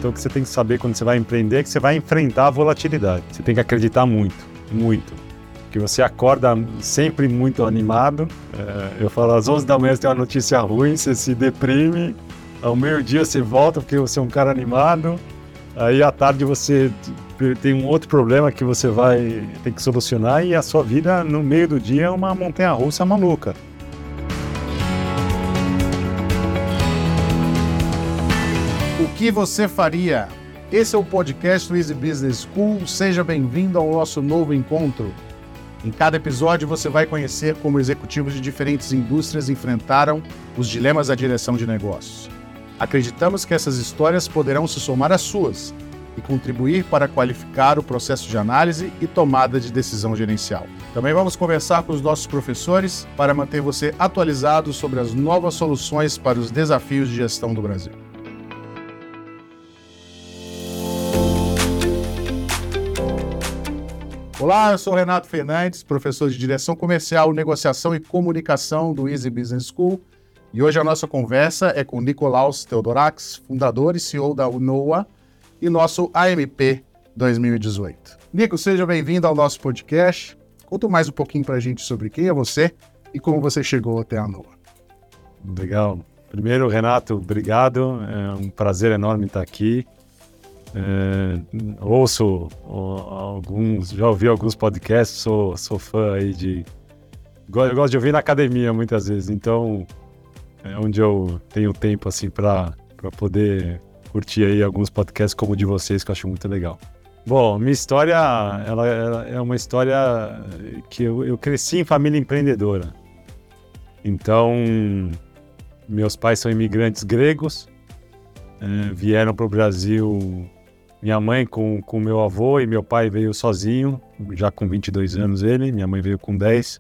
Então, o que você tem que saber quando você vai empreender é que você vai enfrentar a volatilidade. Você tem que acreditar muito, muito. Porque você acorda sempre muito animado. Eu falo, às 11 da manhã você tem uma notícia ruim, você se deprime. Ao meio-dia você volta porque você é um cara animado. Aí à tarde você tem um outro problema que você vai ter que solucionar. E a sua vida no meio do dia é uma montanha-russa maluca. O que você faria? Esse é o podcast do Easy Business School. Seja bem-vindo ao nosso novo encontro. Em cada episódio você vai conhecer como executivos de diferentes indústrias enfrentaram os dilemas da direção de negócios. Acreditamos que essas histórias poderão se somar às suas e contribuir para qualificar o processo de análise e tomada de decisão gerencial. Também vamos conversar com os nossos professores para manter você atualizado sobre as novas soluções para os desafios de gestão do Brasil. Olá, eu sou Renato Fernandes, professor de Direção Comercial, Negociação e Comunicação do Easy Business School. E hoje a nossa conversa é com Nicolaus Theodorakis, fundador e CEO da Unoa e nosso AMP 2018. Nico, seja bem-vindo ao nosso podcast. Conta mais um pouquinho para a gente sobre quem é você e como você chegou até a Unoa. Legal. Primeiro, Renato, obrigado. É um prazer enorme estar aqui. Ouço alguns, já ouvi alguns podcasts, sou fã aí eu gosto de ouvir na academia muitas vezes, então é onde eu tenho tempo assim para poder curtir aí alguns podcasts como o de vocês, que eu acho muito legal. Bom, minha história, ela é uma história que eu cresci em família empreendedora. Então, meus pais são imigrantes gregos, vieram para o Brasil. Minha mãe com meu avô e meu pai veio sozinho, já com 22 anos ele, minha mãe veio com 10.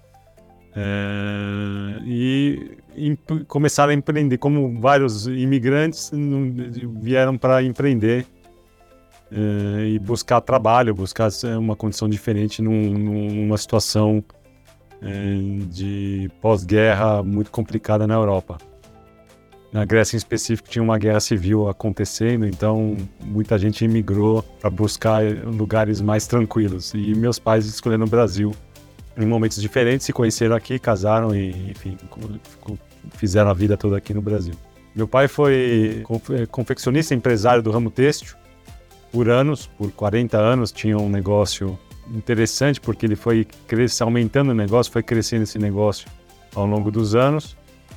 E começaram a empreender, como vários imigrantes vieram para empreender e buscar trabalho, buscar uma condição diferente numa situação de pós-guerra muito complicada na Europa. Na Grécia, em específico, tinha uma guerra civil acontecendo, então muita gente imigrou para buscar lugares mais tranquilos. E meus pais escolheram o Brasil em momentos diferentes, se conheceram aqui, casaram e, enfim, fizeram a vida toda aqui no Brasil. Meu pai foi confeccionista, empresário do ramo têxtil por anos, por 40 anos, tinha um negócio interessante, porque ele foi aumentando o negócio, foi crescendo esse negócio ao longo dos anos.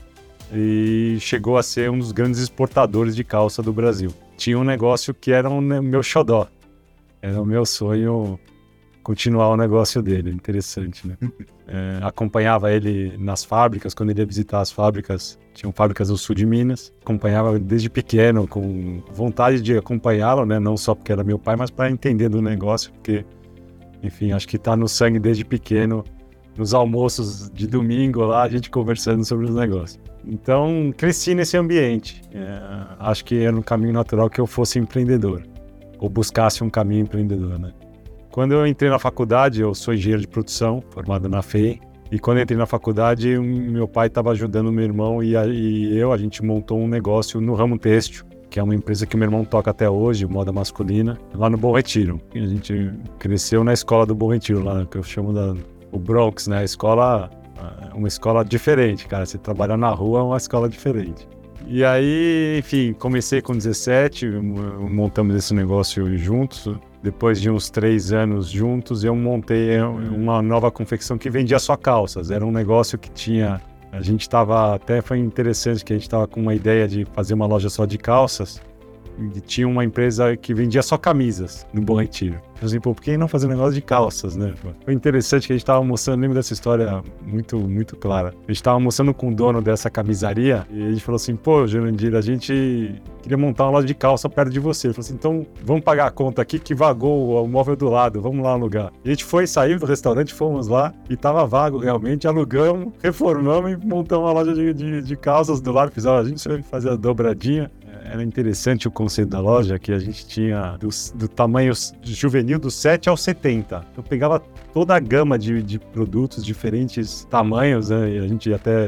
E chegou a ser um dos grandes exportadores de calça do Brasil. Tinha um negócio que era o meu xodó. Era o meu sonho continuar o negócio dele. Interessante, né? Acompanhava ele nas fábricas, quando ele ia visitar as fábricas. Tinham fábricas no sul de Minas. Acompanhava desde pequeno, com vontade de acompanhá-lo, né? Não só porque era meu pai, mas para entender do negócio. Porque, enfim, acho que está no sangue desde pequeno. Nos almoços de domingo lá, a gente conversando sobre os negócios. Então, cresci nesse ambiente. Acho que era um caminho natural que eu fosse empreendedor, ou buscasse um caminho empreendedor, né? Quando eu entrei na faculdade, eu sou engenheiro de produção, formado na FEI, e quando eu entrei na faculdade, meu pai estava ajudando meu irmão e a gente montou um negócio no ramo têxtil, que é uma empresa que meu irmão toca até hoje, moda masculina, lá no Bom Retiro. E a gente cresceu na escola do Bom Retiro, lá que eu chamo o Bronx, né? A escola, uma escola diferente, cara. Você trabalha na rua, é uma escola diferente. E aí, enfim, comecei com 17, montamos esse negócio juntos. Depois de uns 3 anos juntos, eu montei uma nova confecção que vendia só calças. Era um negócio que tinha... Até foi interessante que a gente estava com uma ideia de fazer uma loja só de calças. E tinha uma empresa que vendia só camisas no Bom Retiro. Eu assim, por que não fazer um negócio de calças, né? Foi interessante que a gente estava almoçando, lembro dessa história muito, muito clara. A gente estava almoçando com o dono dessa camisaria e a gente falou assim, Jurandir, a gente queria montar uma loja de calça perto de você. Ele falou assim, então vamos pagar a conta aqui que vagou o móvel do lado, vamos lá alugar. E a gente saiu do restaurante, fomos lá e tava vago realmente, alugamos, reformamos e montamos uma loja de calças do lado, a gente fazia a dobradinha. Era interessante o conceito da loja, que a gente tinha do tamanho juvenil do 7 ao 70. Eu pegava toda a gama de produtos, diferentes tamanhos, né? E a gente até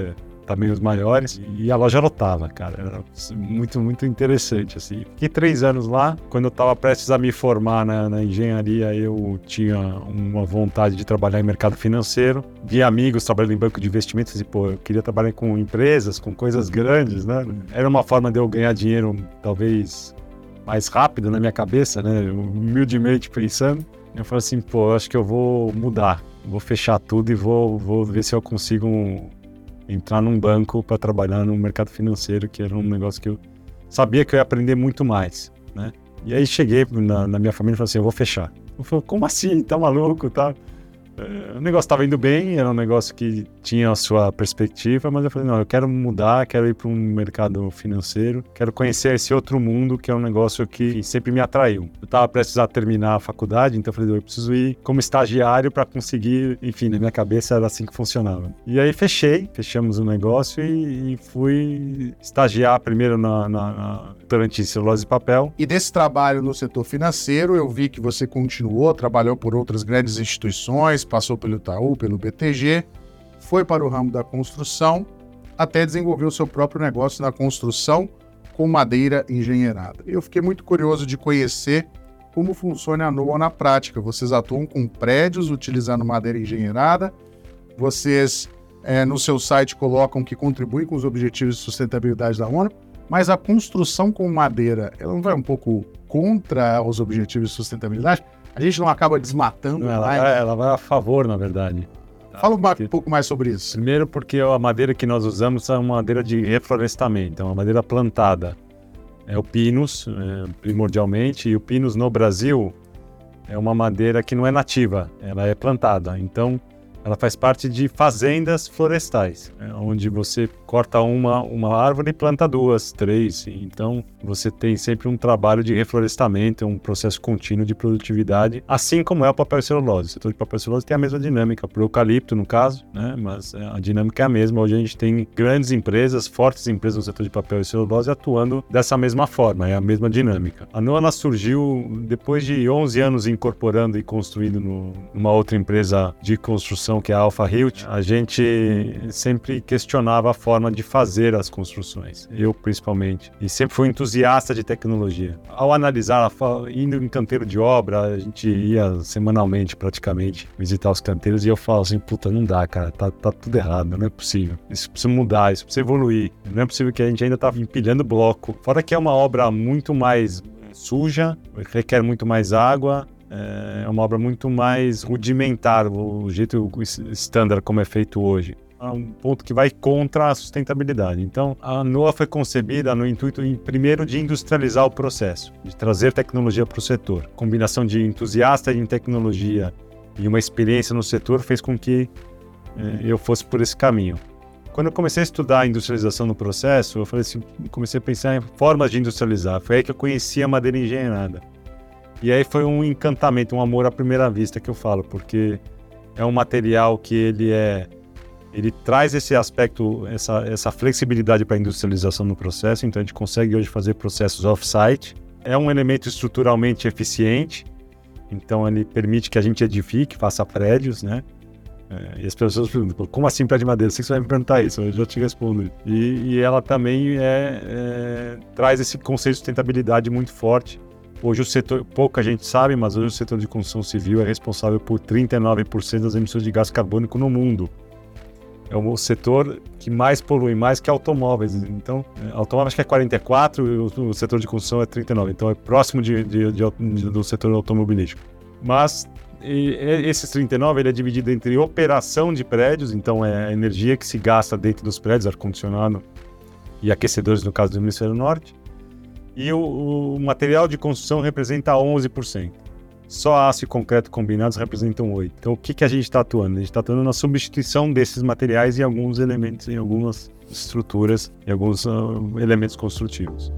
tamanhos maiores, e a loja lotava, cara. Era muito, muito interessante, assim. Fiquei 3 anos lá. Quando eu estava prestes a me formar na engenharia, eu tinha uma vontade de trabalhar em mercado financeiro. Vi amigos trabalhando em banco de investimentos e, pô, eu queria trabalhar com empresas, com coisas grandes, né? Era uma forma de eu ganhar dinheiro, talvez, mais rápido na minha cabeça, né? Humildemente pensando. Eu falei assim, pô, acho que eu vou mudar. Vou fechar tudo e vou ver se eu consigo entrar num banco para trabalhar no mercado financeiro, que era um negócio que eu sabia que eu ia aprender muito mais, né? E aí cheguei na minha família e falei assim, eu vou fechar. Eu falei, como assim? Tá maluco? Tá? O negócio estava indo bem, era um negócio que tinha a sua perspectiva, mas eu falei, não, eu quero mudar, quero ir para um mercado financeiro, quero conhecer esse outro mundo, que é um negócio que sempre me atraiu. Eu estava prestes a terminar a faculdade, então eu falei, eu preciso ir como estagiário para conseguir, enfim, na minha cabeça era assim que funcionava. E aí fechamos o negócio e fui estagiar primeiro na Votorantim Celulose e Papel. E desse trabalho no setor financeiro, eu vi que você continuou, trabalhou por outras grandes instituições, passou pelo Itaú, pelo BTG, foi para o ramo da construção, até desenvolver o seu próprio negócio na construção com madeira engenheirada. Eu fiquei muito curioso de conhecer como funciona a NOA na prática. Vocês atuam com prédios utilizando madeira engenheirada, vocês no seu site colocam que contribuem com os objetivos de sustentabilidade da ONU, mas a construção com madeira, ela não vai um pouco contra os objetivos de sustentabilidade? A gente não acaba desmatando? Não, ela vai a favor, na verdade. Fala um pouco mais sobre isso. Primeiro porque a madeira que nós usamos é uma madeira de reflorestamento, é uma madeira plantada. É o Pinus, primordialmente, e o Pinus no Brasil é uma madeira que não é nativa, ela é plantada. Então, ela faz parte de fazendas florestais, onde você corta uma árvore e planta 2, 3. Então, você tem sempre um trabalho de reflorestamento, um processo contínuo de produtividade, assim como é o papel e celulose. O setor de papel e celulose tem a mesma dinâmica, para o eucalipto, no caso, né? Mas a dinâmica é a mesma. Hoje a gente tem grandes empresas, fortes empresas no setor de papel e celulose atuando dessa mesma forma, é a mesma dinâmica. A NOA surgiu depois de 11 anos incorporando e construindo numa outra empresa de construção, que é a Alfa Hilt. A gente sempre questionava a forma de fazer as construções, eu principalmente, e sempre fui entusiasta de tecnologia. Ao analisar, indo em canteiro de obra, a gente ia semanalmente praticamente visitar os canteiros e eu falo assim, puta, não dá, cara, tá tudo errado, não é possível, isso precisa mudar, isso precisa evoluir, não é possível que a gente ainda tá empilhando bloco, fora que é uma obra muito mais suja, requer muito mais água. É uma obra muito mais rudimentar, o jeito standard como é feito hoje. É um ponto que vai contra a sustentabilidade. Então, a NOA foi concebida no intuito, primeiro, de industrializar o processo, de trazer tecnologia para o setor. A combinação de entusiasta em tecnologia e uma experiência no setor fez com que eu fosse por esse caminho. Quando eu comecei a estudar a industrialização no processo, eu falei assim, comecei a pensar em formas de industrializar. Foi aí que eu conheci a madeira engenheirada. E aí foi um encantamento, um amor à primeira vista que eu falo, porque é um material que ele traz esse aspecto, essa flexibilidade para a industrialização no processo, então a gente consegue hoje fazer processos off-site. É um elemento estruturalmente eficiente, então ele permite que a gente edifique, faça prédios, né? E as pessoas perguntam, como assim prédio de madeira? Sei que você vai me perguntar isso, eu já te respondo. E ela também traz esse conceito de sustentabilidade muito forte. Hoje o setor, pouca gente sabe, mas hoje o setor de construção civil é responsável por 39% das emissões de gás carbônico no mundo. É o setor que mais polui, mais que automóveis. Então, automóveis que é 44% e o setor de construção é 39%. Então, é próximo do setor automobilístico. Mas esses 39% ele é dividido entre operação de prédios, então é a energia que se gasta dentro dos prédios, ar-condicionado e aquecedores, no caso do hemisfério norte. E o material de construção representa 11%. Só aço e concreto combinados representam 8%. Então, o que a gente está atuando? A gente está atuando na substituição desses materiais em alguns elementos, em algumas estruturas, em alguns elementos construtivos.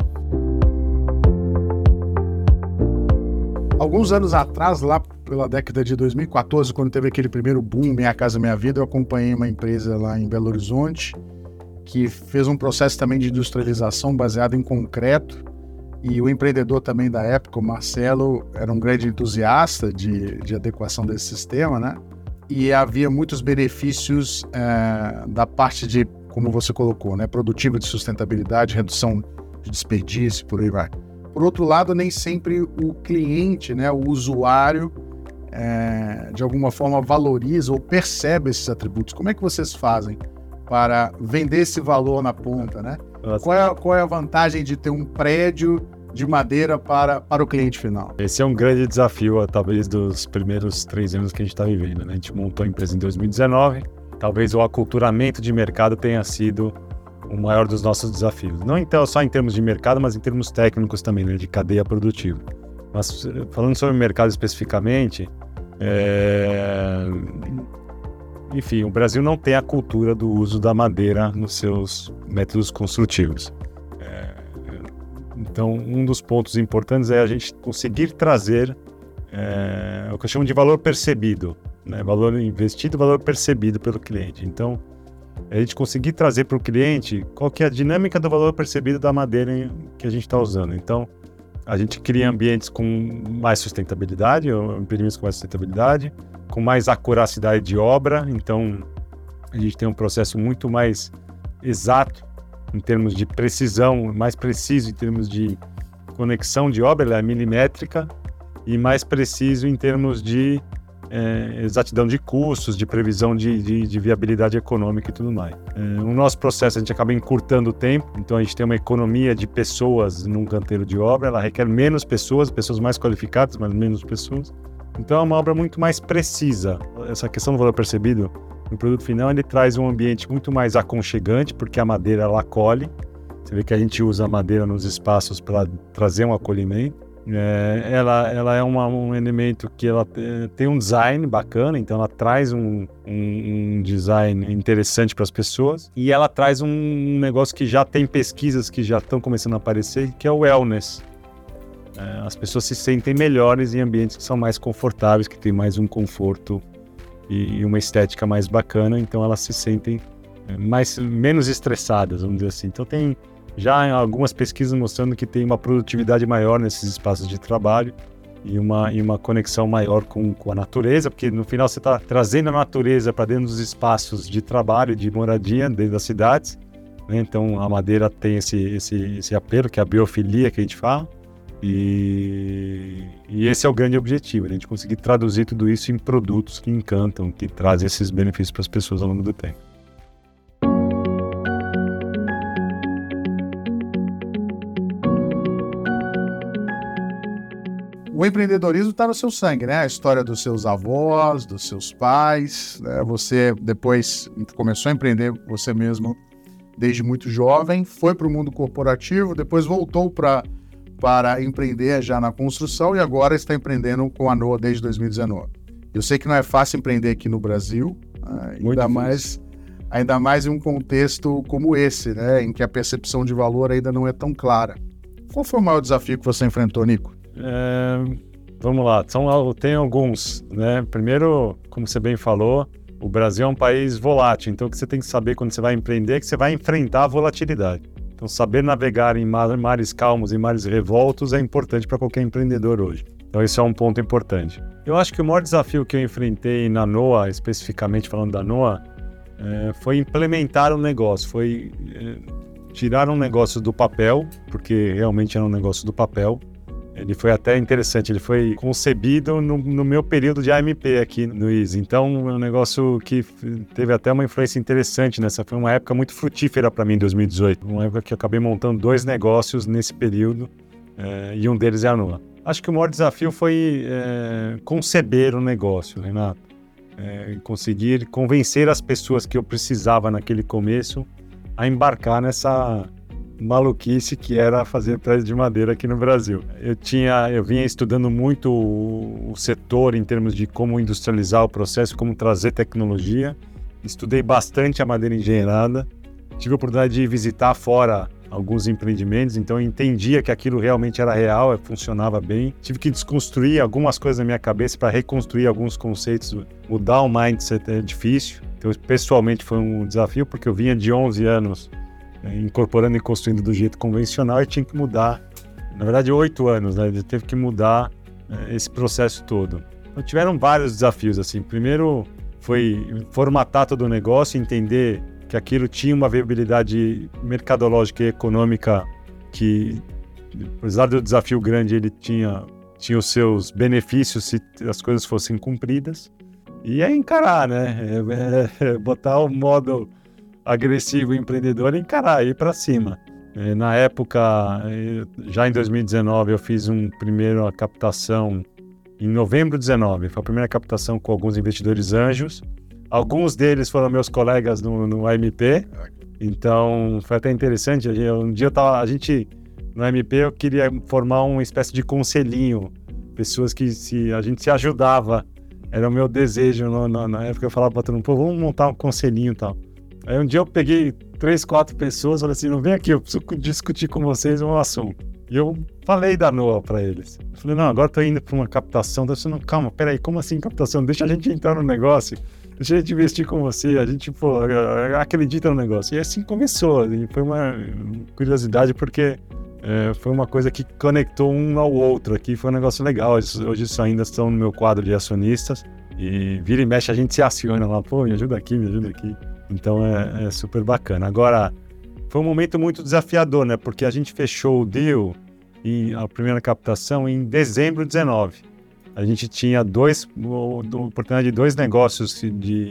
Alguns anos atrás, lá pela década de 2014, quando teve aquele primeiro boom, Minha Casa Minha Vida, eu acompanhei uma empresa lá em Belo Horizonte que fez um processo também de industrialização baseado em concreto. E o empreendedor também da época, o Marcelo, era um grande entusiasta de adequação desse sistema, né? E havia muitos benefícios da parte de como você colocou, né? Produtiva de sustentabilidade, redução de desperdício, por aí vai. Por outro lado, nem sempre o cliente, né, o usuário, de alguma forma valoriza ou percebe esses atributos. Como é que vocês fazem para vender esse valor na ponta, né? Qual é a vantagem de ter um prédio de madeira para o cliente final? Esse é um grande desafio, talvez, dos primeiros 3 anos que a gente está vivendo, né? A gente montou a empresa em 2019, talvez o aculturamento de mercado tenha sido o maior dos nossos desafios. Não então, só em termos de mercado, mas em termos técnicos também, né? De cadeia produtiva. Mas falando sobre o mercado especificamente, enfim, o Brasil não tem a cultura do uso da madeira nos seus métodos construtivos. Então, um dos pontos importantes é a gente conseguir trazer o que eu chamo de valor percebido, né? Valor investido, valor percebido pelo cliente. Então, a gente conseguir trazer para o cliente qual que é a dinâmica do valor percebido da madeira que a gente está usando. Então, a gente cria ambientes com mais sustentabilidade, empreendimentos com mais sustentabilidade, com mais acuracidade de obra. Então, a gente tem um processo muito mais exato em termos de precisão, mais preciso em termos de conexão de obra, ela é milimétrica, e mais preciso em termos de exatidão de custos, de previsão de viabilidade econômica e tudo mais. No nosso processo, a gente acaba encurtando o tempo, então a gente tem uma economia de pessoas num canteiro de obra, ela requer menos pessoas mais qualificadas, mas menos pessoas. Então é uma obra muito mais precisa. Essa questão do valor percebido no produto final, ele traz um ambiente muito mais aconchegante, porque a madeira ela acolhe. Você vê que a gente usa a madeira nos espaços para trazer um acolhimento. Ela é um elemento que ela tem um design bacana, então ela traz um design interessante para as pessoas, e ela traz um negócio que já tem pesquisas que já estão começando a aparecer, que é o wellness. As pessoas se sentem melhores em ambientes que são mais confortáveis, que tem mais um conforto e uma estética mais bacana, então elas se sentem menos estressadas, vamos dizer assim. Então tem já algumas pesquisas mostrando que tem uma produtividade maior nesses espaços de trabalho e uma conexão maior com a natureza, porque no final você está trazendo a natureza para dentro dos espaços de trabalho, de moradia, dentro das cidades, né? Então a madeira tem esse apelo, que é a biofilia que a gente fala, e esse é o grande objetivo, a gente conseguir traduzir tudo isso em produtos que encantam, que trazem esses benefícios para as pessoas ao longo do tempo. O empreendedorismo está no seu sangue, né? A história dos seus avós, dos seus pais, né? Você depois começou a empreender você mesmo desde muito jovem, foi para o mundo corporativo, depois voltou para empreender já na construção e agora está empreendendo com a Noah desde 2019. Eu sei que não é fácil empreender aqui no Brasil, ainda mais em um contexto como esse, né? Em que a percepção de valor ainda não é tão clara. Qual foi o maior desafio que você enfrentou, Nico? Vamos lá, tem alguns, né? Primeiro, como você bem falou, o Brasil é um país volátil, então o que você tem que saber quando você vai empreender é que você vai enfrentar a volatilidade. Então saber navegar em mares calmos e mares revoltos é importante para qualquer empreendedor hoje. Então esse é um ponto importante. Eu acho que o maior desafio que eu enfrentei na Noah, especificamente falando da Noah, foi implementar um negócio, foi tirar um negócio do papel, porque realmente era um negócio do papel. Ele foi até interessante, ele foi concebido no meu período de AMP aqui no Easy. Então, é um negócio que teve até uma influência interessante nessa. Foi uma época muito frutífera para mim em 2018. Uma época que eu acabei montando 2 negócios nesse período, e um deles é a Noah. Acho que o maior desafio foi conceber o negócio, Renato. Conseguir convencer as pessoas que eu precisava naquele começo a embarcar nessa maluquice que era fazer prédio de madeira aqui no Brasil. Eu vinha estudando muito o setor em termos de como industrializar o processo, como trazer tecnologia. Estudei bastante a madeira engenheirada. Tive a oportunidade de visitar fora alguns empreendimentos, então eu entendia que aquilo realmente era real, funcionava bem. Tive que desconstruir algumas coisas na minha cabeça para reconstruir alguns conceitos. Mudar o mindset é difícil. Então, pessoalmente, foi um desafio, porque eu vinha de 11 anos incorporando e construindo do jeito convencional e tinha que mudar, na verdade 8 anos, né? Ele teve que mudar esse processo todo. Então tiveram vários desafios, assim. Primeiro foi formatar todo o negócio, entender que aquilo tinha uma viabilidade mercadológica e econômica que, apesar do desafio grande, ele tinha os seus benefícios se as coisas fossem cumpridas. E é encarar, né? Botar o modo agressivo empreendedor e encarar, ir para cima. Na época, já em 2019, eu fiz uma primeira captação em novembro de 2019. Foi a primeira captação com alguns investidores anjos. Alguns deles foram meus colegas no AMP. Então, foi até interessante. Um dia no AMP, eu queria formar uma espécie de conselhinho. Pessoas que a gente se ajudava. Era o meu desejo. Na época, eu falava para todo mundo, pô, vamos montar um conselhinho e tal. Aí um dia eu peguei 3, 4 pessoas, falei assim, não, vem aqui, eu preciso discutir com vocês um assunto. E eu falei da Noah para eles. Eu falei, não, agora eu tô indo para uma captação. Eu falei, não, calma, peraí, como assim captação? Deixa a gente entrar no negócio, deixa a gente investir com você, a gente, pô, acredita no negócio. E assim começou, e foi uma curiosidade porque foi uma coisa que conectou um ao outro aqui, foi um negócio legal. Hoje isso ainda estão no meu quadro de acionistas e vira e mexe a gente se aciona lá, pô, me ajuda aqui. Então é super bacana. Agora, foi um momento muito desafiador, né? Porque a gente fechou o deal, a primeira captação, em dezembro de 2019. A gente tinha oportunidade de 2 negócios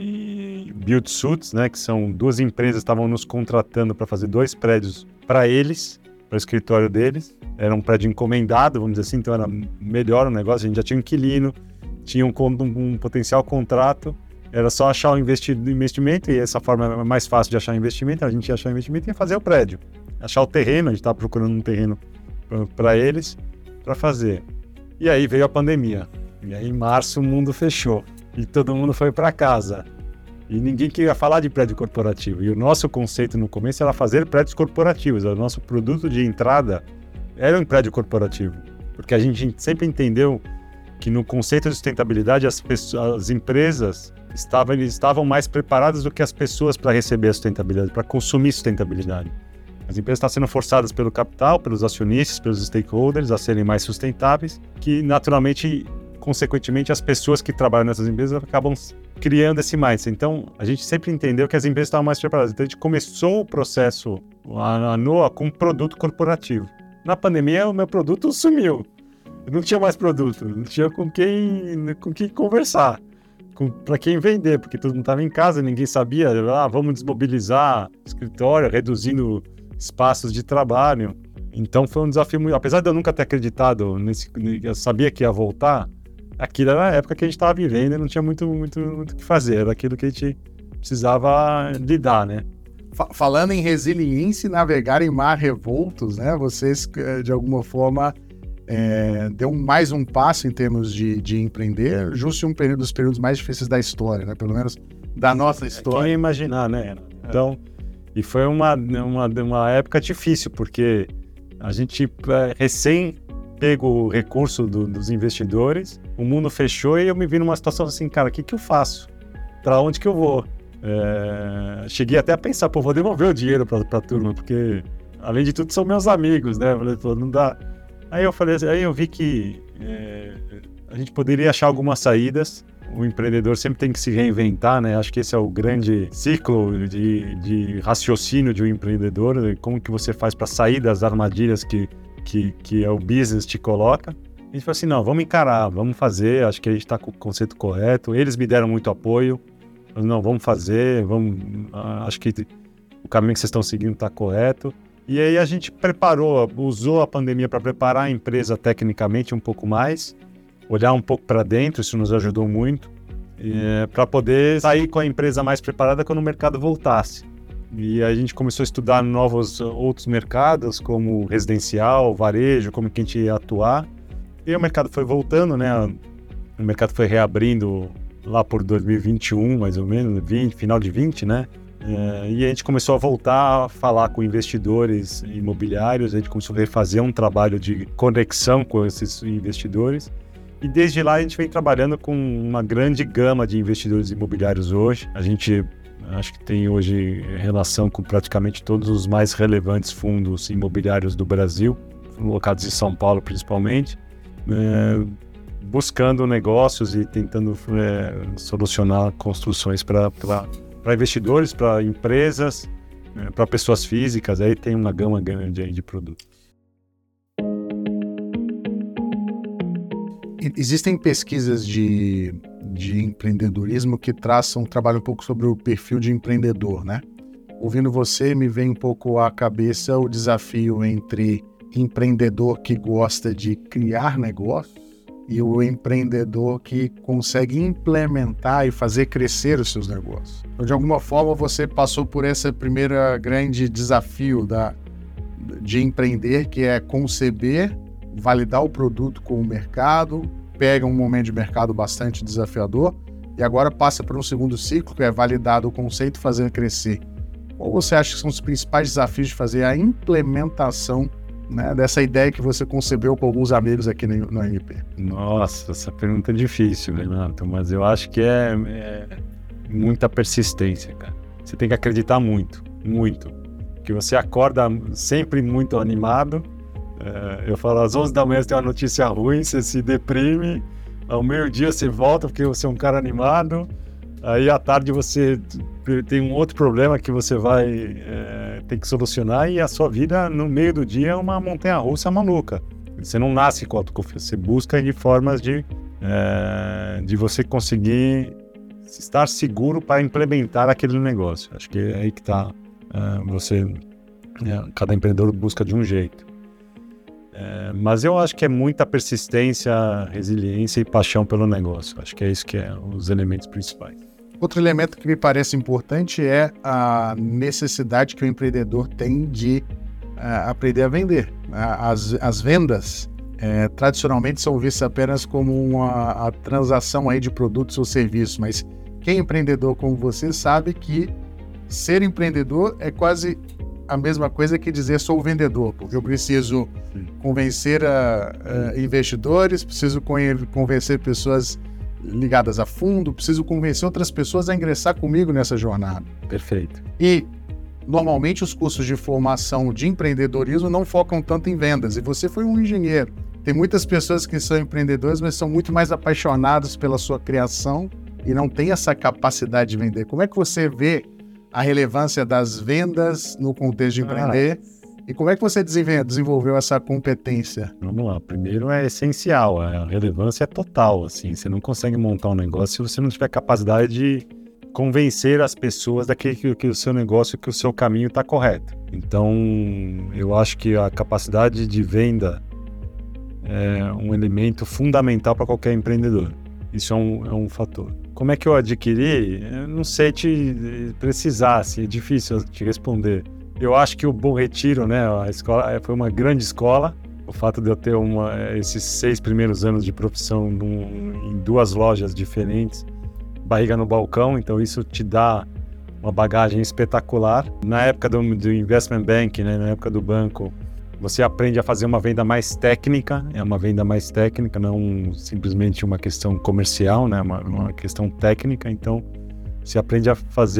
de build-to-suits, né? Que são 2 empresas que estavam nos contratando para fazer 2 prédios para eles, para o escritório deles. Era um prédio encomendado, vamos dizer assim, então era melhor o negócio. A gente já tinha um inquilino, tinha um potencial contrato. Era só achar o investimento, e essa forma é mais fácil de achar investimento. A gente ia achar investimento e ia fazer o prédio. Achar o terreno, a gente estava procurando um terreno para eles, para fazer. E aí veio a pandemia. E aí em março o mundo fechou. E todo mundo foi para casa. E ninguém queria falar de prédio corporativo. E o nosso conceito no começo era fazer prédios corporativos. O nosso produto de entrada era um prédio corporativo. Porque a gente sempre entendeu que no conceito de sustentabilidade as empresas estavam mais preparadas do que as pessoas para receber a sustentabilidade, para consumir sustentabilidade. As empresas estão sendo forçadas pelo capital, pelos acionistas, pelos stakeholders a serem mais sustentáveis, que naturalmente, consequentemente, as pessoas que trabalham nessas empresas acabam criando esse mindset. Então, a gente sempre entendeu que as empresas estavam mais preparadas. Então, a gente começou o processo, a Noah, com um produto corporativo. Na pandemia, o meu produto sumiu. Eu não tinha mais produto, não tinha com quem conversar, para quem vender, porque todo mundo estava em casa, ninguém sabia, vamos desmobilizar o escritório, reduzindo espaços de trabalho. Então foi um desafio muito, apesar de eu nunca ter acreditado, eu sabia que ia voltar, aquilo era a época que a gente estava vivendo e não tinha muito o que fazer, era aquilo que a gente precisava lidar, né? Falando em resiliência e navegar em mar revoltos, né? Vocês, de alguma forma, deu mais um passo em termos de empreender, justo um dos períodos mais difíceis da história, né? Pelo menos da nossa história. Quem ia imaginar, né? Então, e foi uma época difícil, porque a gente recém pegou o recurso dos investidores, o mundo fechou e eu me vi numa situação assim, cara, o que eu faço? Para onde que eu vou? Cheguei até a pensar, vou devolver o dinheiro para a turma, porque, além de tudo, são meus amigos, né? Eu falei, não dá. Aí eu vi que a gente poderia achar algumas saídas. O empreendedor sempre tem que se reinventar, né? Acho que esse é o grande ciclo de raciocínio de um empreendedor, né? Como que você faz para sair das armadilhas que o business te coloca. A gente falou assim, não, vamos encarar, vamos fazer, acho que a gente está com o conceito correto. Eles me deram muito apoio. Não, vamos fazer, acho que o caminho que vocês estão seguindo está correto. E aí a gente usou a pandemia para preparar a empresa tecnicamente um pouco mais, olhar um pouco para dentro, isso nos ajudou muito, para poder sair com a empresa mais preparada quando o mercado voltasse. E a gente começou a estudar outros mercados, como residencial, varejo, como que a gente ia atuar. E o mercado foi voltando, né? O mercado foi reabrindo lá por 2021, mais ou menos, final de 20, né? E a gente começou a voltar a falar com investidores imobiliários, a gente começou a fazer um trabalho de conexão com esses investidores. E desde lá a gente vem trabalhando com uma grande gama de investidores imobiliários hoje. A gente acho que tem hoje relação com praticamente todos os mais relevantes fundos imobiliários do Brasil, locados em São Paulo principalmente, buscando negócios e tentando solucionar construções para para investidores, para empresas, para pessoas físicas, aí tem uma gama grande aí de produtos. Existem pesquisas de empreendedorismo que trabalham um pouco sobre o perfil de empreendedor, né? Ouvindo você, me vem um pouco à cabeça o desafio entre empreendedor que gosta de criar negócios e o empreendedor que consegue implementar e fazer crescer os seus negócios. Então, de alguma forma, você passou por esse primeiro grande desafio de empreender, que é conceber, validar o produto com o mercado, pega um momento de mercado bastante desafiador e agora passa por um segundo ciclo, que é validar o conceito e fazer crescer. Qual você acha que são os principais desafios de fazer a implementação, né, dessa ideia que você concebeu com alguns amigos aqui no MP? Nossa, essa pergunta é difícil, Renato, mas eu acho que é muita persistência, cara. Você tem que acreditar muito, muito. Porque você acorda sempre muito animado. Eu falo, às 11 da manhã você tem uma notícia ruim, você se deprime, ao meio-dia você volta porque você é um cara animado, aí à tarde você tem um outro problema que você vai ter que solucionar e a sua vida no meio do dia é uma montanha-russa maluca. Você não nasce com autoconfiança, você busca de formas de você conseguir estar seguro para implementar aquele negócio. Acho que é aí que está, cada empreendedor busca de um jeito. Mas eu acho que é muita persistência, resiliência e paixão pelo negócio. Acho que é isso que é os elementos principais. Outro elemento que me parece importante é a necessidade que o empreendedor tem de aprender a vender. As vendas, tradicionalmente, são vistas apenas como a transação aí de produtos ou serviços, mas quem é empreendedor como você sabe que ser empreendedor é quase a mesma coisa que dizer sou vendedor, porque eu preciso convencer investidores, preciso convencer pessoas ligadas a fundo, preciso convencer outras pessoas a ingressar comigo nessa jornada. Perfeito. E, normalmente, os cursos de formação de empreendedorismo não focam tanto em vendas, e você foi um engenheiro. Tem muitas pessoas que são empreendedores, mas são muito mais apaixonados pela sua criação e não têm essa capacidade de vender. Como é que você vê a relevância das vendas no contexto de empreender e como é que você desenvolveu essa competência? Vamos lá, primeiro é essencial, a relevância é total, assim, você não consegue montar um negócio se você não tiver capacidade de convencer as pessoas que o seu negócio, que o seu caminho está correto. Então, eu acho que a capacidade de venda é um elemento fundamental para qualquer empreendedor. Isso é um fator. Como é que eu adquiri? Eu não sei te precisar, assim, é difícil te responder. Eu acho que o Bom Retiro, né, a escola foi uma grande escola. O fato de eu ter esses 6 primeiros anos de profissão em 2 lojas diferentes, barriga no balcão, então isso te dá uma bagagem espetacular. Na época do investment bank, né, na época do banco, você aprende a fazer uma venda mais técnica, não simplesmente uma questão comercial, né? Uma questão técnica, então você aprende a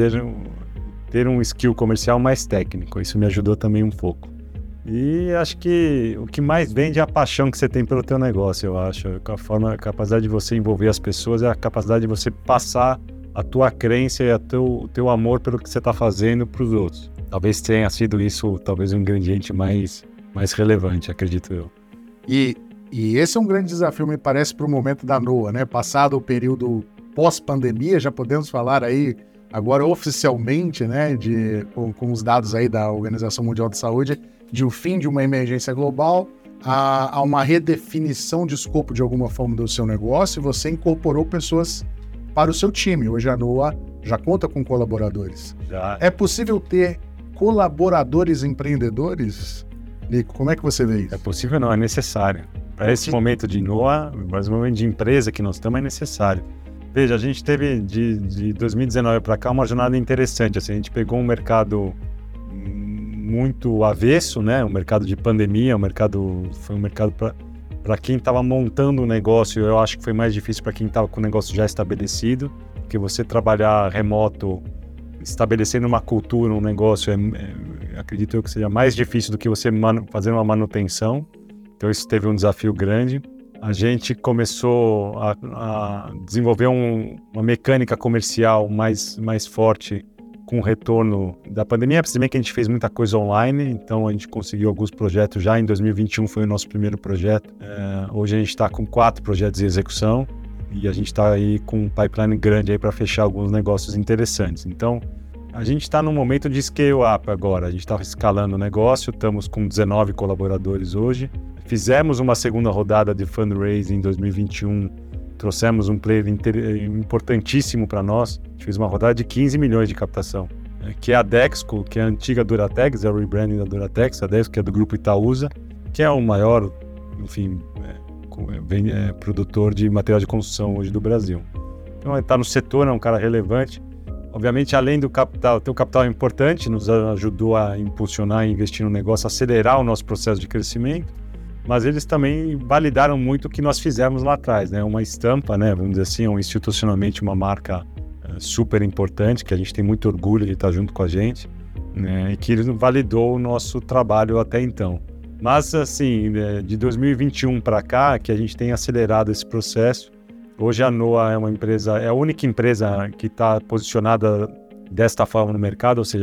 ter um skill comercial mais técnico, isso me ajudou também um pouco. E acho que o que mais vende é a paixão que você tem pelo teu negócio, eu acho, a capacidade de você envolver as pessoas, é a capacidade de você passar a tua crença e o teu amor pelo que você está fazendo para os outros. Talvez tenha sido isso, talvez um ingrediente mais relevante, acredito eu. E esse é um grande desafio, me parece, para o momento da NOA, né? Passado o período pós-pandemia, já podemos falar aí, agora oficialmente, né, com os dados aí da Organização Mundial de Saúde, de o fim de uma emergência global, a uma redefinição de escopo de alguma forma do seu negócio, e você incorporou pessoas para o seu time. Hoje a NOA já conta com colaboradores. Já. É possível ter colaboradores empreendedores? Nico, como é que você vê isso? É possível não, é necessário. Para esse momento de NOA, para esse momento de empresa que nós estamos, é necessário. Veja, a gente teve de 2019 para cá uma jornada interessante. Assim, a gente pegou um mercado muito avesso, né? Um mercado de pandemia, foi um mercado para quem estava montando um negócio. Eu acho que foi mais difícil para quem estava com o negócio já estabelecido, porque você trabalhar remoto, estabelecendo uma cultura, um negócio, acredito eu que seja mais difícil do que você fazer uma manutenção. Então isso teve um desafio grande. A gente começou a desenvolver uma mecânica comercial mais forte com o retorno da pandemia, principalmente que a gente fez muita coisa online, então a gente conseguiu alguns projetos já. Em 2021 foi o nosso primeiro projeto. Hoje a gente está com 4 projetos em execução e a gente está aí com um pipeline grande aí para fechar alguns negócios interessantes. Então, a gente está num momento de scale-up agora. A gente está escalando o negócio, estamos com 19 colaboradores hoje. Fizemos uma segunda rodada de fundraising em 2021, trouxemos um player importantíssimo para nós. A gente fez uma rodada de 15 milhões de captação, que é a Dexco, que é a antiga Duratex, é o rebranding da Duratex, a Dexco, que é do grupo Itaúsa, que é o maior, enfim, produtor de material de construção hoje do Brasil. Então, ele está no setor, é um cara relevante. Obviamente, além do capital, ter o capital é importante, nos ajudou a impulsionar e investir no negócio, acelerar o nosso processo de crescimento, mas eles também validaram muito o que nós fizemos lá atrás, né? Uma estampa, né? Vamos dizer assim, institucionalmente uma marca super importante, que a gente tem muito orgulho de estar junto com a gente, né? E que validou o nosso trabalho até então. Mas, assim, de 2021 para cá, que a gente tem acelerado esse processo. Hoje a Noah é a única empresa que está posicionada desta forma no mercado, ou seja,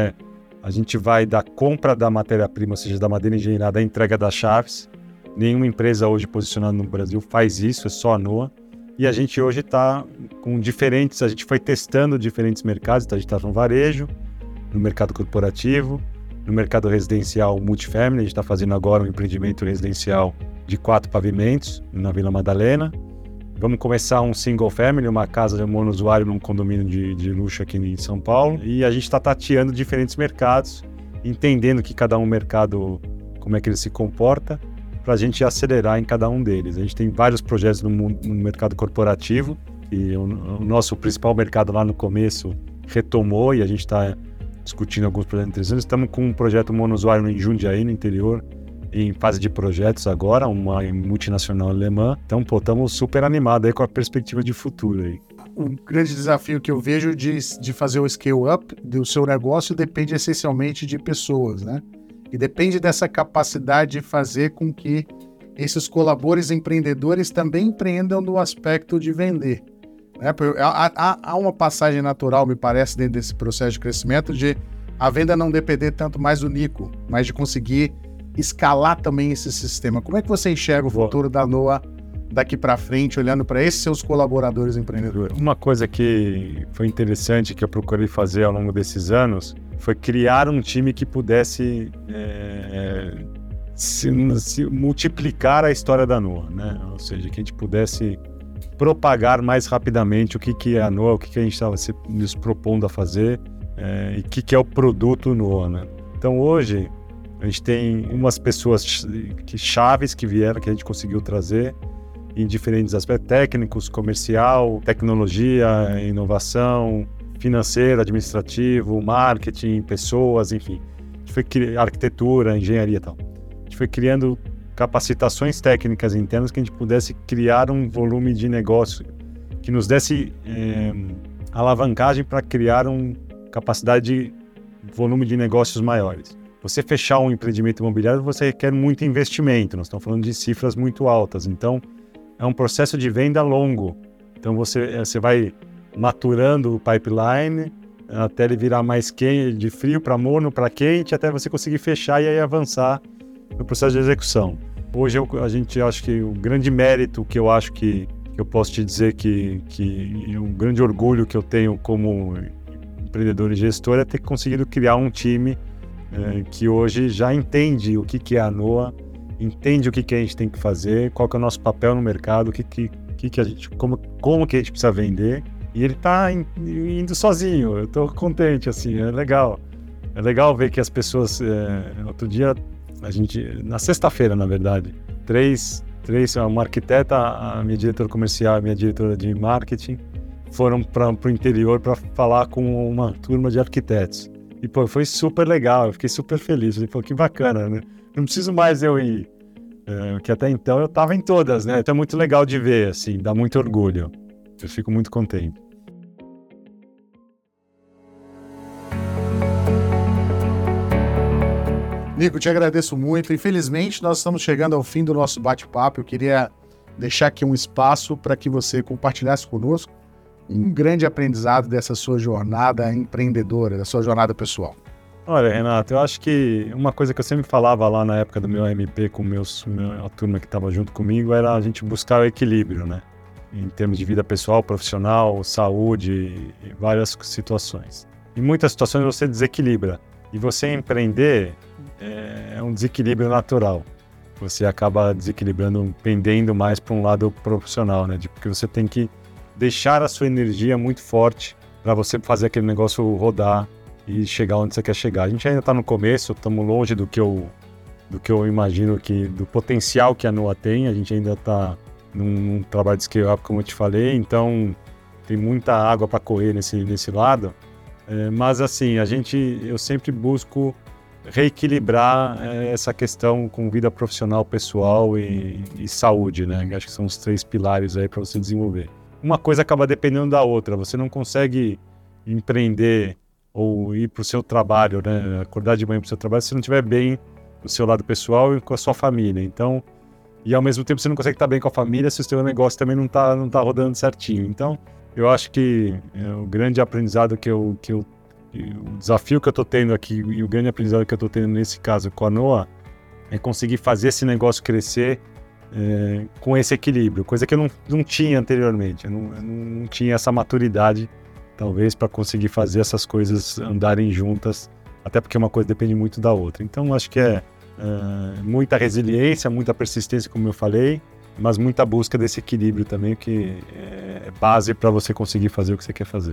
a gente vai da compra da matéria-prima, ou seja, da madeira engenheirada, à entrega das chaves. Nenhuma empresa hoje posicionada no Brasil faz isso, é só a Noah. E a gente hoje está com diferentes, a gente foi testando diferentes mercados, então a gente está no varejo, no mercado corporativo, no mercado residencial multifamily. A gente está fazendo agora um empreendimento residencial de 4 pavimentos na Vila Madalena. Vamos começar um single family, uma casa de monousuário num condomínio de luxo aqui em São Paulo. E a gente está tateando diferentes mercados, entendendo que cada um mercado, como é que ele se comporta, para a gente acelerar em cada um deles. A gente tem vários projetos no mercado corporativo, e o nosso principal mercado lá no começo retomou e a gente está discutindo alguns projetos interessantes. Estamos com um projeto monousuário em Jundiaí, no interior, em fase de projetos agora, uma multinacional alemã. Então, estamos super animados aí com a perspectiva de futuro aí. O grande desafio que eu vejo de fazer o scale-up do seu negócio depende essencialmente de pessoas, né? E depende dessa capacidade de fazer com que esses colaboradores empreendedores também empreendam no aspecto de vender, né? Há uma passagem natural, me parece, dentro desse processo de crescimento, de a venda não depender tanto mais do Nico, mas de conseguir escalar também esse sistema. Como é que você enxerga o futuro da Noah daqui para frente, olhando para esses seus colaboradores empreendedores? Uma coisa que foi interessante, que eu procurei fazer ao longo desses anos, foi criar um time que pudesse se multiplicar a história da Noah, né? Ou seja, que a gente pudesse propagar mais rapidamente o que é a Noah, o que a gente estava nos propondo a fazer, e o que é o produto Noah, né? Então, hoje, a gente tem umas pessoas chaves que vieram, que a gente conseguiu trazer em diferentes aspectos, técnicos, comercial, tecnologia, inovação, financeiro, administrativo, marketing, pessoas, enfim. A gente foi arquitetura, engenharia e tal. A gente foi criando capacitações técnicas internas que a gente pudesse criar um volume de negócio que nos desse alavancagem para criar uma capacidade de volume de negócios maiores. Você fechar um empreendimento imobiliário, você requer muito investimento. Nós estamos falando de cifras muito altas. Então, é um processo de venda longo. Então, você vai maturando o pipeline até ele virar mais quente, de frio para morno para quente, até você conseguir fechar e aí avançar no processo de execução. Hoje, a gente acha que o grande mérito que eu acho que eu posso te dizer que um grande orgulho que eu tenho como empreendedor e gestor é ter conseguido criar um time que hoje já entende o que é a Noah, entende o que a gente tem que fazer, qual que é o nosso papel no mercado, que a gente, como que a gente precisa vender, e ele está indo sozinho. Eu estou contente, assim, é legal. É legal ver que as pessoas, outro dia, na sexta-feira, na verdade, uma arquiteta, a minha diretora comercial, a minha diretora de marketing, foram para o interior para falar com uma turma de arquitetos. E, pô, foi super legal, eu fiquei super feliz. Falei, pô, que bacana, né? Não preciso mais eu ir, que até então eu estava em todas, né? Então é muito legal de ver, assim, dá muito orgulho. Eu fico muito contente. Nico, te agradeço muito. Infelizmente, nós estamos chegando ao fim do nosso bate-papo. Eu queria deixar aqui um espaço para que você compartilhasse conosco um grande aprendizado dessa sua jornada empreendedora, da sua jornada pessoal? Olha, Renato, eu acho que uma coisa que eu sempre falava lá na época do meu MP com a turma que estava junto comigo era a gente buscar o equilíbrio, né? Em termos de vida pessoal, profissional, saúde e várias situações. Em muitas situações você desequilibra. E você empreender é um desequilíbrio natural. Você acaba desequilibrando, pendendo mais para um lado profissional, né? Porque você tem que deixar a sua energia muito forte para você fazer aquele negócio rodar e chegar onde você quer chegar. A gente ainda está no começo, estamos longe do que eu imagino do potencial que a Noah tem. A gente ainda está num trabalho de scale-up, como eu te falei, então tem muita água para correr nesse lado. Mas assim, eu sempre busco reequilibrar essa questão com vida profissional, pessoal e saúde, né? Acho que são os 3 pilares aí para você desenvolver. Uma coisa acaba dependendo da outra. Você não consegue empreender ou ir para o seu trabalho, né? Acordar de manhã para o seu trabalho se não estiver bem no seu lado pessoal e com a sua família. Então, e ao mesmo tempo você não consegue estar bem com a família se o seu negócio também não tá rodando certinho. Então, eu acho que o grande aprendizado o desafio que eu estou tendo aqui e o grande aprendizado que eu estou tendo nesse caso com a Noah é conseguir fazer esse negócio crescer com esse equilíbrio, coisa que eu não tinha anteriormente. Eu não tinha essa maturidade, talvez, para conseguir fazer essas coisas andarem juntas, até porque uma coisa depende muito da outra. Então, acho que muita resiliência, muita persistência, como eu falei, mas muita busca desse equilíbrio também, que é base para você conseguir fazer o que você quer fazer.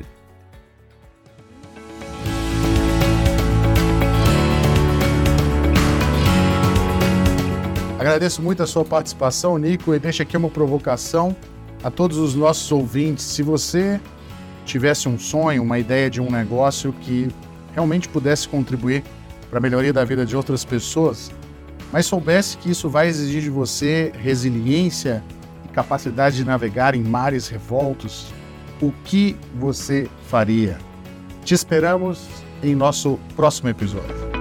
Agradeço muito a sua participação, Nico, e deixo aqui uma provocação a todos os nossos ouvintes. Se você tivesse um sonho, uma ideia de um negócio que realmente pudesse contribuir para a melhoria da vida de outras pessoas, mas soubesse que isso vai exigir de você resiliência e capacidade de navegar em mares revoltos, o que você faria? Te esperamos em nosso próximo episódio.